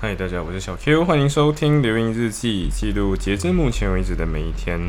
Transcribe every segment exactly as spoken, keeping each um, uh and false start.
嗨，大家好，我是小 Q，欢迎收听流音日记，记录截至目前为止的每一天。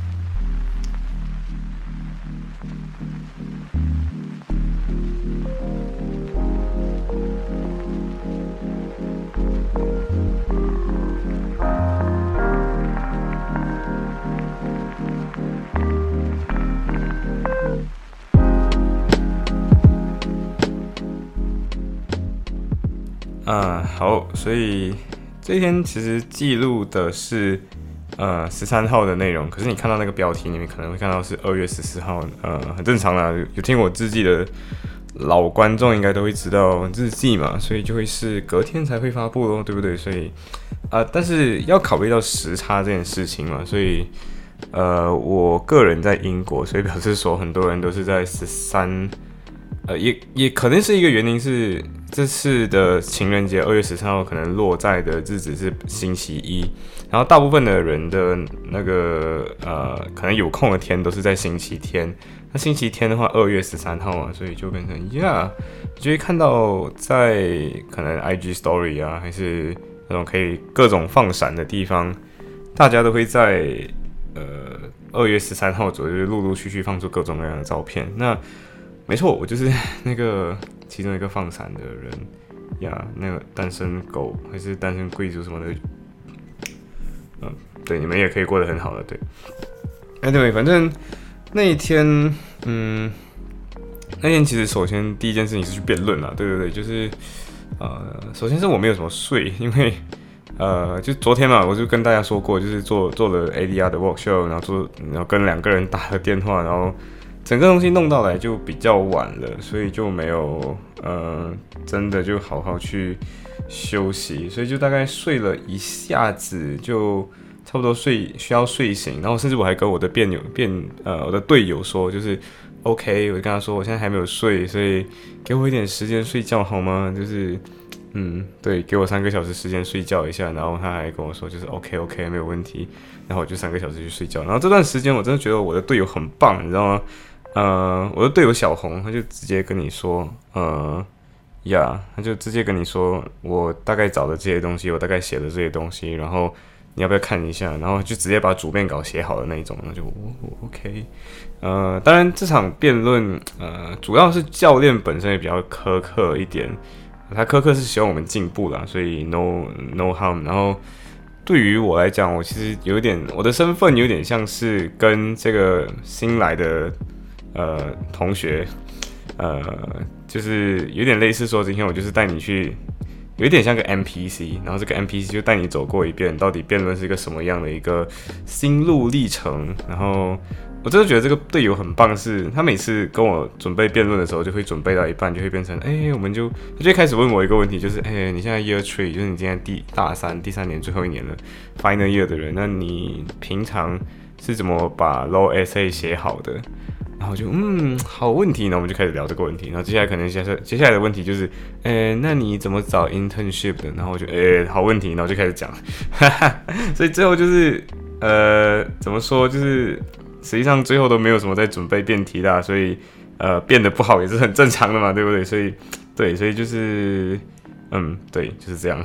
啊，好，所以这一天其实记录的是呃十三号的内容，可是你看到那个标题，你们可能会看到是二月十四号，呃，很正常啦。有听我日记的老观众应该都会知道日记嘛，所以就会是隔天才会发布咯，对不对？所以啊、呃，但是要考虑到时差这件事情嘛，所以呃，我个人在英国，所以表示说很多人都是在十三。呃，也也可能是一个原因是这次的情人节二月十三号可能落在的日子是星期一，然后大部分的人的那个呃可能有空的天都是在星期天。那星期天的话，二月十三号嘛，所以就变成 yeah， 就会看到在可能 I G Story 啊，还是那种可以各种放闪的地方，大家都会在呃二月十三号左右陆陆续续放出各种各样的照片。那没错，我就是那个其中一个放闪的人呀，那个单身狗还是单身贵族什么的，嗯，对，你们也可以过得很好的，对。Anyway， 反正那一天，嗯，那天其实首先第一件事情是去辩论啦，对对对，就是呃，首先是我没有什么睡，因为呃，就昨天嘛，我就跟大家说过，就是做做了 A D R 的 workshop，然后做，然后跟两个人打了电话，然后。整个东西弄到来就比较晚了，所以就没有呃真的就好好去休息，所以就大概睡了一下子就差不多睡需要睡醒，然后甚至我还跟我的辩友辩呃我的队友说，就是 OK， 我就跟他说我现在还没有睡，所以给我一点时间睡觉好吗？就是嗯对，给我三个小时时间睡觉一下，然后他还跟我说就是 OK OK 没有问题，然后我就三个小时去睡觉，然后这段时间我真的觉得我的队友很棒，你知道吗？呃，我的队友小红，他就直接跟你说，呃，呀，他就直接跟你说，我大概找的这些东西，我大概写的这些东西，然后你要不要看一下？然后就直接把主辩稿写好的那一种，那就、哦、OK。呃，当然这场辩论，呃，主要是教练本身也比较苛刻一点，他苛刻是希望我们进步啦，所以 no no harm。然后对于我来讲，我其实有点，我的身份有点像是跟这个新来的。呃，同学，呃，就是有点类似说，今天我就是带你去，有一点像个 N P C， 然后这个 N P C 就带你走过一遍，到底辩论是一个什么样的一个心路历程。然后我真的觉得这个队友很棒是，是他每次跟我准备辩论的时候，就会准备到一半，就会变成，哎、欸，我们就他就会开始问我一个问题，就是，哎、欸，你现在 year three， 就是你今天第大三、第三年最后一年了 ，final year 的人，那你平常是怎么把 law essay 写好的？然后就嗯，好问题，然后我们就开始聊这个问题。然后接下来可能接下接下来的问题就是，诶，那你怎么找 internship 的？然后我就诶，好问题，然后就开始讲，哈哈。所以最后就是呃，怎么说？就是实际上最后都没有什么在准备辩题啦，所以呃，变得不好也是很正常的嘛，对不对？所以对，所以就是嗯，对，就是这样。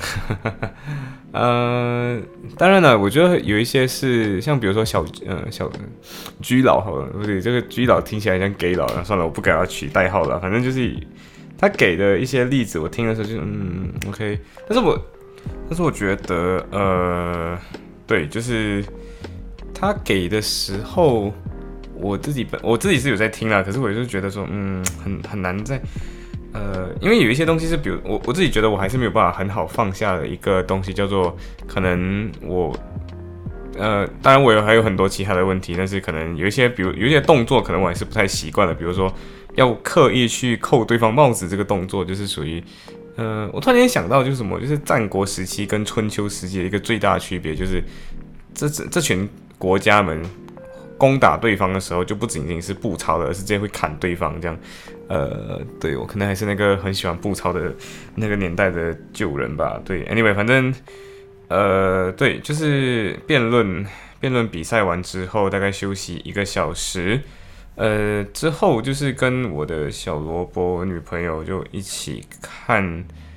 呃，当然了，我觉得有一些是像比如说小呃小居老好了，不对，这个居老听起来像 gay 老，算了，我不给他取代号了，反正就是他给的一些例子，我听的时候就嗯 OK， 但是我但是我觉得呃对，就是他给的时候，我自己本我自己是有在听啦，可是我就觉得说嗯很很难在。呃，因为有一些东西是，比如我我自己觉得我还是没有办法很好放下的一个东西，叫做可能我，呃，当然我有还有很多其他的问题，但是可能有一些，比如有一些动作，可能我还是不太习惯的，比如说要刻意去扣对方帽子这个动作，就是属于，呃，我突然间想到就是什么，就是战国时期跟春秋时期的一个最大的区别，就是这这这群国家们。攻打对方的时候，就不仅仅是步操的，而是直接会砍对方这样。呃，对我可能还是那个很喜欢步操的那个年代的旧人吧。对 ，anyway， 反正呃，对，就是辩论辩论比赛完之后，大概休息一个小时。呃，之后就是跟我的小萝卜女朋友就一起看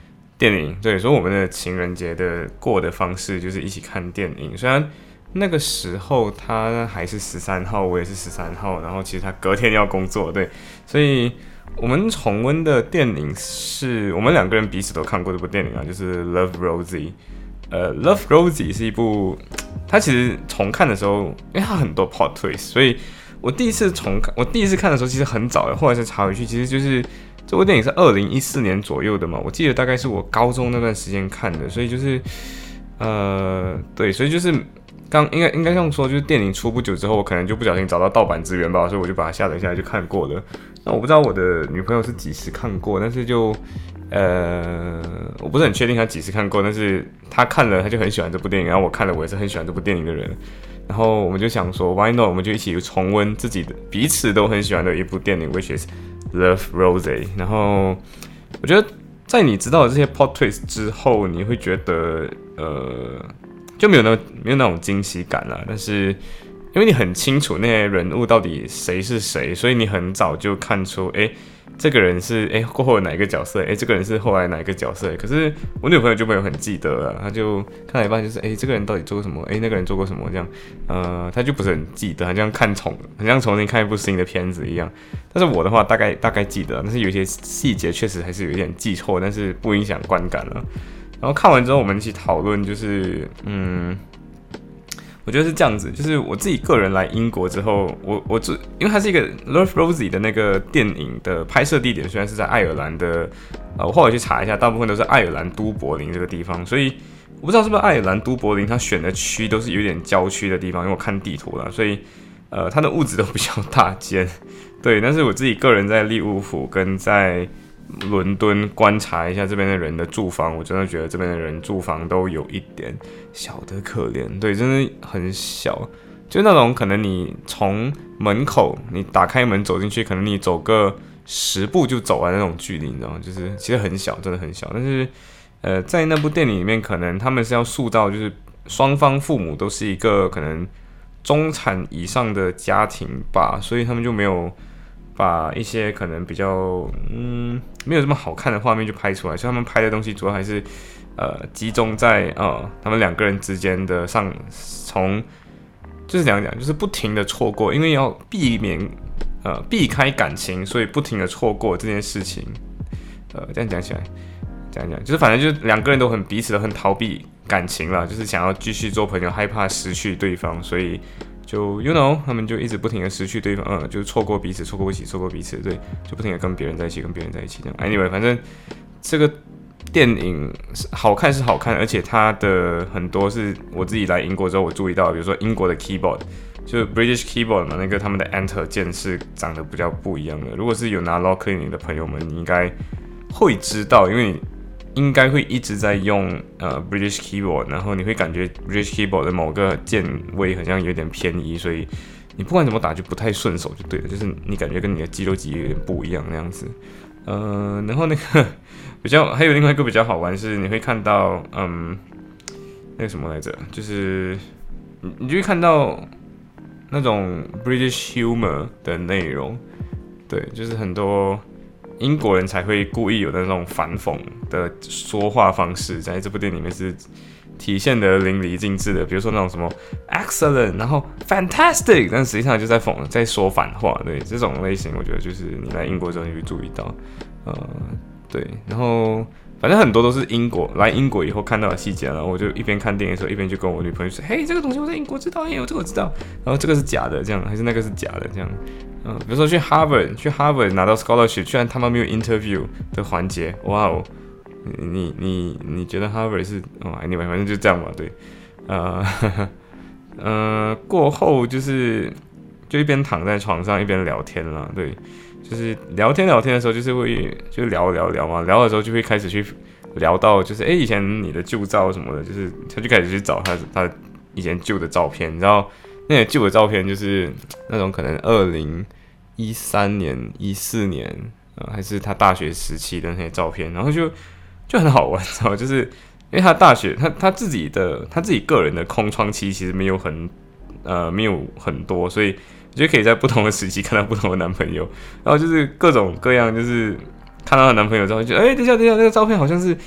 电影，对，所以我们的情人节的过的方式就是一起看电影。虽然那个时候他还是十三号，我也是十三号，然后其实他隔天要工作，对，所以我们重温的电影是我们两个人彼此都看过这部电影啊，就是《Love Rosie》。呃，《Love Rosie》是一部，它其实重看的时候，因为它很多 plot twist， 所以我第一次重看，我第一次看的时候其实很早了，后来才查回去，其实就是这部电影是二零一四年左右的嘛，我记得大概是我高中那段时间看的，所以就是呃，对，所以就是刚应该应该这样说，就是电影出不久之后，我可能就不小心找到盗版资源吧，所以我就把它下载下来就看过了。那我不知道我的女朋友是几时看过，但是就呃，我不是很确定她几时看过，但是她看了，她就很喜欢这部电影，然后我看了，我也是很喜欢这部电影的人。然后我们就想说 ，Why not？ 我们就一起重温自己的彼此都很喜欢的一部电影 ，which is Love Rosie。然后我觉得在你知道这些 plot twist 之后，你会觉得呃就没有那没有那种惊喜感了，但是因为你很清楚那些人物到底谁是谁，所以你很早就看出，哎，这个人是哎过后的哪一个角色，哎，这个人是后来哪一个角色。可是我女朋友就没有很记得了，她就看到一半就是，哎，这个人到底做过什么？哎，那个人做过什么？这样，呃，她就不是很记得，好像看重，很像重新看一部新的片子一样。但是我的话，大概大概记得，但是有些细节确实还是有一点记错，但是不影响观感了。然后看完之后，我们一起讨论，就是嗯。我觉得是这样子，就是我自己个人来英国之后，我我就因为它是一个 Love Rosie 的那个电影的拍摄地点，虽然是在爱尔兰的，呃，我后来去查一下，大部分都是爱尔兰都柏林这个地方，所以我不知道是不是爱尔兰都柏林它选的区都是有点郊区的地方，因为我看地图了，所以呃，它的屋子都比较大间，对，但是我自己个人在利物浦跟在伦敦观察一下这边的人的住房，我真的觉得这边的人住房都有一点小的可怜，对，真的很小，就那种可能你从门口你打开门走进去，可能你走个十步就走完那种距离，你知道吗？就是其实很小，真的很小。但是呃，在那部电影里面，可能他们是要塑造就是双方父母都是一个可能中产以上的家庭吧，所以他们就没有把一些可能比较嗯没有这么好看的画面就拍出来，所以他们拍的东西主要还是呃集中在呃他们两个人之间的上从就是怎样讲，就是不停的错过，因为要避免呃避开感情，所以不停的错过这件事情。呃，这样讲起来，这样讲就是反正就是两个人都很彼此都很逃避感情啦，就是想要继续做朋友，害怕失去对方，所以。就 you know， 他们就一直不停的失去对方，嗯，就是错过彼此，错过一起，错过彼此，对，就不停的跟别人在一起，跟别人在一起这样。Anyway， 反正这个电影好看是好看，而且它的很多是我自己来英国之后我注意到，比如说英国的 keyboard， 就是 British keyboard 嘛，那个他们的 Enter 键是长得比较不一样的。如果是有拿 Lock Cleaning 的朋友们，你应该会知道，因为你应该会一直在用呃 British keyboard， 然后你会感觉 British keyboard 的某个键位好像有点偏移，所以你不管怎么打就不太顺手就对了，就是你感觉跟你的肌肉记忆有点不一样那样子。呃，然后那个比较还有另外一个比较好玩是你会看到嗯那个什么来着，就是你你就会看到那种 British humor 的内容，对，就是很多。英国人才会故意有那种反讽的说话方式，在这部电影里面是体现的淋漓尽致的。比如说那种什么 excellent， 然后 fantastic， 但实际上就在讽在说反话。对，这种类型，我觉得就是你来英国之后你会注意到，呃，对，然后反正很多都是英国来英国以后看到的细节，然后我就一边看电影的时候一边就跟我女朋友说，嘿，这个东西我在英国知道，嘿，这个我知道，然后这个是假的，这样还是那个是假的，这样。嗯，比如说去 Harvard， 去 Harvard 拿到 scholarship， 居然他们没有 interview 的环节，哇哦！你你你觉得 Harvard 是哦 ，anyway， 反正就这样吧，对，呃，呃，过后就是就一边躺在床上一边聊天啦，对，就是聊天聊天的时候就是会就聊聊聊嘛，聊的时候就会开始去聊到就是哎、欸、以前你的旧照什么的，就是他就开始去找他他以前旧的照片，你知道。那些旧的照片就是那种可能二零一三年、一四年，呃，还是他大学时期的那些照片，然后就就很好玩，知道吗？就是因为他大学他他自己的他自己个人的空窗期其实没有很呃没有很多，所以你就可以在不同的时期看到不同的男朋友，然后就是各种各样，就是看到她男朋友之后就哎、欸、等一下等一下那个照片好像是。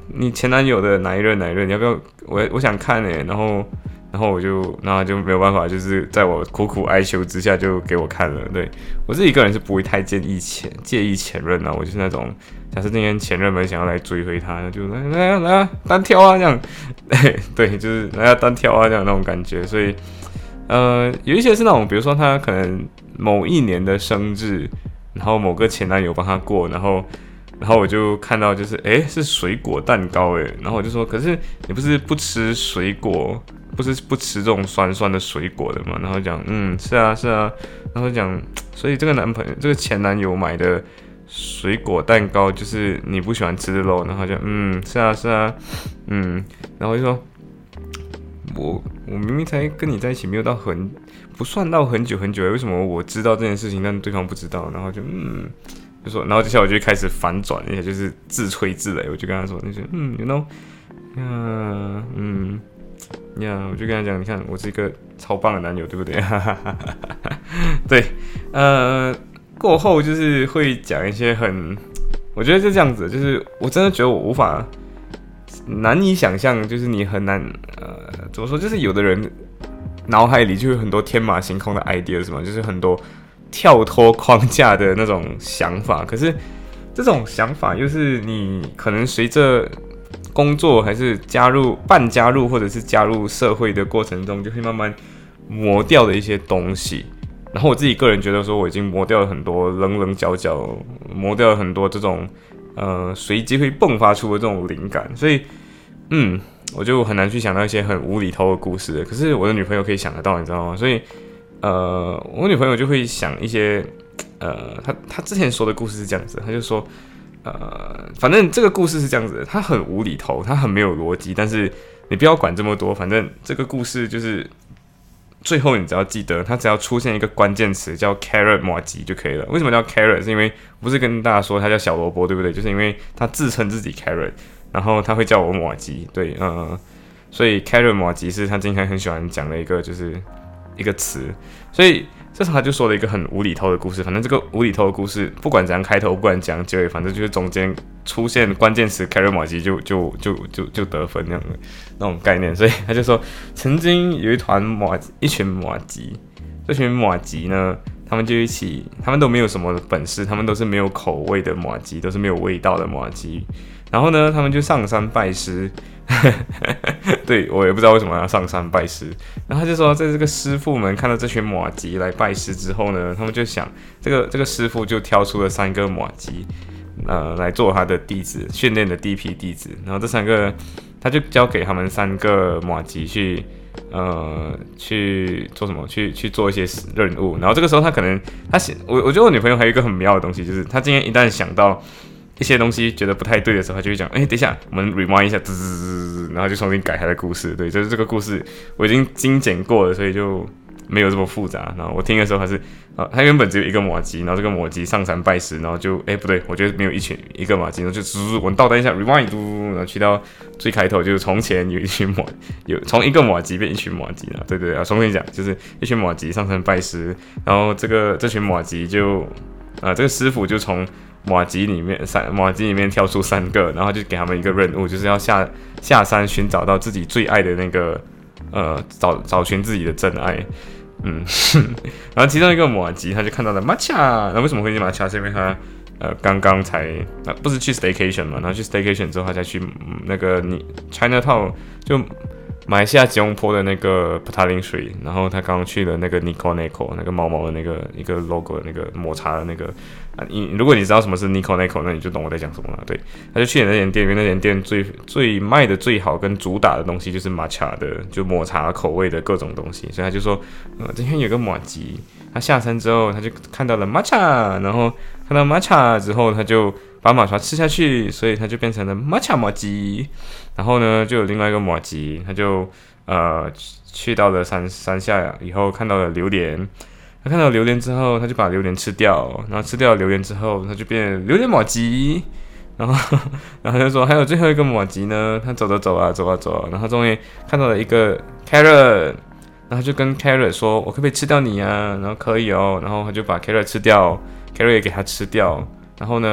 你前男友的哪一任哪一任，你要不要？我我想看哎、欸，然后然后我就然后就没有办法，就是在我苦苦哀求之下就给我看了。对我自己个人是不会太介意前介意前任啊，我就是那种假设今天前任们想要来追回他，就来来来啊单挑啊这样，对，就是来啊单挑啊这样那种感觉。所以呃有一些是那种，比如说他可能某一年的生日，然后某个前男友帮他过，然后。然后我就看到，就是哎，是水果蛋糕哎，然后我就说，可是你不是不吃水果，不是不吃这种酸酸的水果的吗？然后讲，嗯，是啊是啊，然后讲，所以这个男朋友，这个前男友买的水果蛋糕就是你不喜欢吃的咯。然后就，嗯，是啊是啊，嗯，然后我就说，我我明明才跟你在一起没有到很不算到很久很久，为什么我知道这件事情，但对方不知道？然后就嗯。就说，然后接下来我就开始反转，而且就是自吹自擂。我就跟他说，那就嗯 ，you know， 呀，嗯，呀，我就跟他讲，你看我是一个超棒的男友，对不对？对，呃，过后就是会讲一些很，我觉得是这样子，就是我真的觉得我无法难以想象，就是你很难，呃，怎么说？就是有的人脑海里就有很多天马行空的 idea， 是吗？就是很多。跳脱框架的那种想法，可是这种想法又是你可能随着工作还是加入半加入或者是加入社会的过程中，就会慢慢磨掉的一些东西。然后我自己个人觉得说，我已经磨掉了很多棱棱角角，磨掉了很多这种呃随机会迸发出的这种灵感，所以嗯，我就很难去想到一些很无厘头的故事。可是我的女朋友可以想得到，你知道吗？所以。呃，我女朋友就会想一些，呃，她她之前说的故事是这样子，她就说，呃，反正这个故事是这样子的，它很无厘头，它很没有逻辑，但是你不要管这么多，反正这个故事就是最后你只要记得，它只要出现一个关键词叫 carrot 麻吉就可以了。为什么叫 carrot？ 是因为不是跟大家说它叫小萝卜，对不对？就是因为他自称自己 carrot， 然后他会叫我麻吉，对，呃，所以 carrot 麻吉是他今天很喜欢讲的一个就是。一个词，所以这时候他就说了一个很无厘头的故事。反正这个无厘头的故事，不管怎样开头，不管怎样结尾，反正就是中间出现关键词 carrot 麻吉就就就就就得分那样的那种概念。所以他就说，曾经有一团麻一群麻吉，这群麻吉呢，他们就一起，他们都没有什么本事，他们都是没有口味的麻吉，都是没有味道的麻吉。然后呢，他们就上山拜师，对我也不知道为什么要上山拜师。然后他就说，在这个师傅们看到这群麻吉来拜师之后呢，他们就想，这个这个师傅就挑出了三个麻吉，呃，来做他的弟子，训练的第一批弟子。然后这三个，他就交给他们三个麻吉去，呃，去做什么？去去做一些任务。然后这个时候他可能，他想，我我觉得我女朋友还有一个很妙的东西，就是他今天一旦想到。一些东西觉得不太对的时候，他就会讲：“哎、欸，等一下，我们 rewind 一下，滋滋滋，然后就重新改他的故事。”对，就是这个故事我已经精简过了，所以就没有这么复杂。然后我听的时候还是，啊，他原本只有一个麻吉，然后这个麻吉上山拜师，然后就，哎、欸，不对，我觉得没有一群一个麻吉，然后就滋，我们倒带一下 rewind， 然后去到最开头，就是从前有一群麻，有从一个麻吉变一群麻吉了。对对对，啊，重新讲，就是一群麻吉上山拜师，然后这个这群麻吉就，啊，这个师傅就从。马吉里面三马吉里面挑出三个，然后就给他们一个任务，就是要下下山寻找到自己最爱的那个，呃，找找寻自己的真爱，嗯，然后其中一个马吉他就看到了 matcha， 那为什么会去 matcha？ 是因为他呃刚刚才呃不是去 staycation 嘛，然后去 staycation 之后他才去、嗯、那个你 Chinatown 就。马来西亚吉隆坡的那个 Petaling Street， 然后他刚刚去了那个 Nico Nico 那个毛毛的那个一个 logo 的那个抹茶的那个啊，你如果你知道什么是 Nico Nico， 那你就懂我在讲什么了。对，他就去了那间店，因为那间店最最卖的最好跟主打的东西就是抹茶的，就抹茶口味的各种东西，所以他就说，呃，今天有个麻吉，他下山之后他就看到了 matcha， 然后看到 matcha 之后他就。把马茶吃下去，所以它就变成了马茶麻吉。然后呢，就有另外一个麻吉，他就呃去到了山山下以后，看到了榴莲。他看到榴莲之后，他就把榴莲吃掉。然后吃掉榴莲之后，他就变榴莲麻吉。然后，然后他就说还有最后一个麻吉呢。他走着走啊走啊走啊，然后终于看到了一个 carrot。然后就跟 carrot 说：“我可不可以吃掉你啊？”然后可以哦。然后他就把 carrot 吃掉 ，carrot 也给他吃掉。然后呢？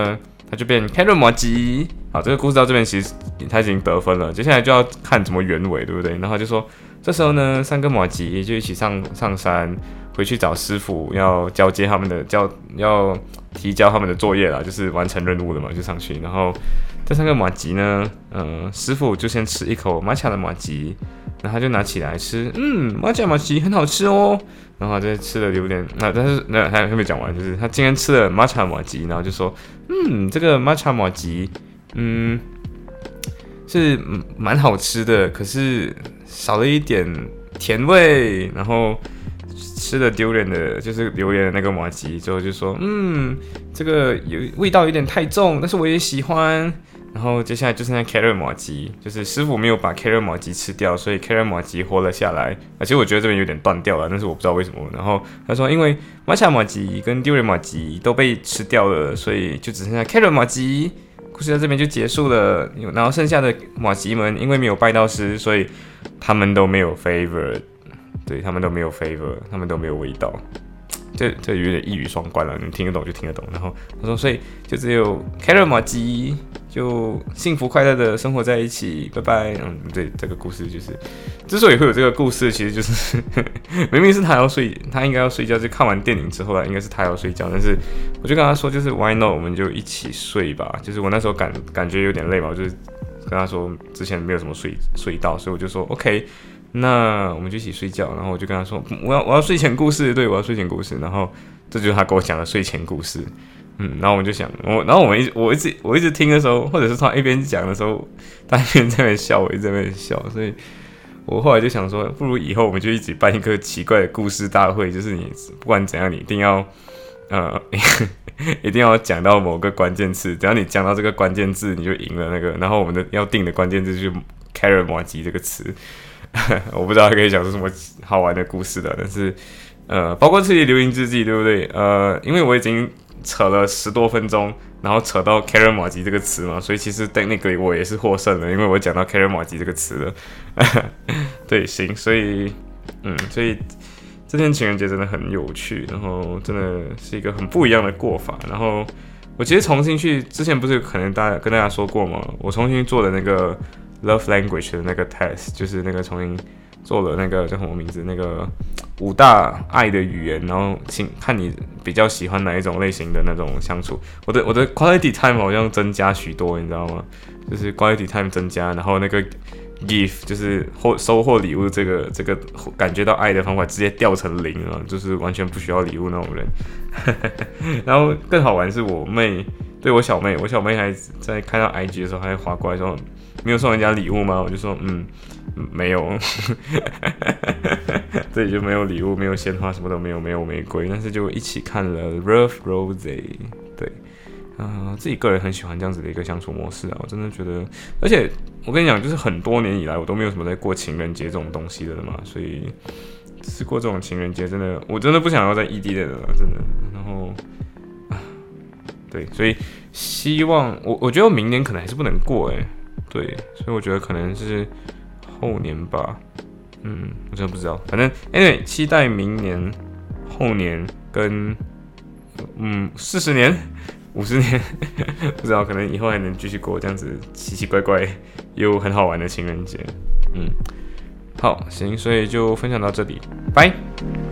他就变 Carrot 麻吉。好，这个故事到这边其实他已经得分了，接下来就要看怎么圆尾，对不对？然后他就说，这时候呢，三个麻吉就一起上上山，回去找师傅，要交接他们的交要提交他们的作业啦，就是完成任务的嘛，就上去。然后这三个麻吉呢，呃，师傅就先吃一口玛卡的麻吉，然后他就拿起来吃，嗯，玛卡麻吉很好吃哦。然后他就吃了榴莲，那、啊、但是那还还没讲完，就是他今天吃了玛卡麻吉，然后就说，嗯，这个玛卡麻吉，嗯，是蛮好吃的，可是少了一点甜味。然后吃了丢脸的，就是榴莲的那个麻吉之后就说，嗯，这个有味道有点太重，但是我也喜欢。然后接下来就是那 Carrot 麻吉，就是师傅没有把 Carrot 麻吉吃掉，所以 Carrot 麻吉活了下来。而且我觉得这边有点断掉了，但是我不知道为什么。然后他说，因为玛卡麻吉跟丢人麻吉都被吃掉了，所以就只剩下 Carrot 麻吉。故事到这边就结束了。然后剩下的麻吉们因为没有拜到师，所以他们都没有 favor， 对他们都没有 favor， 他们都没有味道。这这有点一语双关了，你听得懂就听得懂。然后他说，所以就只有 Carrot 麻吉就幸福快乐的生活在一起，拜拜。嗯，对，这个故事就是，之所以会有这个故事，其实就是明明是他要睡，他应该要睡觉，就看完电影之后啦，应该是他要睡觉，但是我就跟他说，就是 Why not， 我们就一起睡吧。就是我那时候感感觉有点累嘛，我就是跟他说之前没有什么睡睡到，所以我就说 OK。那我们就一起睡觉，然后我就跟他说，我要我要睡前故事，对我要睡前故事，然后这就是他跟我讲的睡前故事，嗯，然后我们就想，我然后我们一直我一直我一直听的时候，或者是他一边讲的时候，他一边在那边笑，我一直在那边笑，所以我后来就想说，不如以后我们就一起办一个奇怪的故事大会，就是你不管怎样，你一定要呃一定要讲到某个关键字，只要你讲到这个关键字，你就赢了那个，然后我们的要定的关键字就是 Carrot 麻吉这个词。我不知道可以讲出什么好玩的故事的，但是呃，包括自己流行之际，对不对？呃，因为我已经扯了十多分钟，然后扯到 Carrot 麻吉这个词嘛，所以其实 technically 我也是获胜了，因为我讲到 Carrot 麻吉这个词了。对，行，所以嗯，所以这天情人节真的很有趣，然后真的是一个很不一样的过法。然后我其实重新去，之前不是可能大家跟大家说过吗？我重新做的那个Love Language 的那个 test， 就是那个重新做了那个叫什么名字？那个五大爱的语言，然后请看你比较喜欢哪一种类型的那种相处。我的我的 quality time 好像增加许多，你知道吗？就是 quality time 增加，然后那个 give 就是获收获礼物这个这个感觉到爱的方法直接掉成零了，就是完全不需要礼物那种人。然后更好玩是我妹，对我小妹，我小妹还在看到 I G 的时候，还划过来说。没有送人家礼物吗？我就说嗯，没有，这里就没有礼物，没有鲜花，什么都没有，没有玫瑰，但是就一起看了 Rough Rose， 对，啊、呃，自己个人很喜欢这样子的一个相处模式啊，我真的觉得，而且我跟你讲，就是很多年以来我都没有什么在过情人节这种东西的了嘛，所以是过这种情人节真的，我真的不想要在异地的了，真的，然后。对，所以希望我我觉得我明年可能还是不能过哎，对，所以我觉得可能是后年吧，嗯，我真的不知道，反正 anyway 期待明年、后年跟嗯四十年、五十年，不知道可能以后还能继续过这样子奇奇怪怪又很好玩的情人节，嗯，好，行，所以就分享到这里，拜。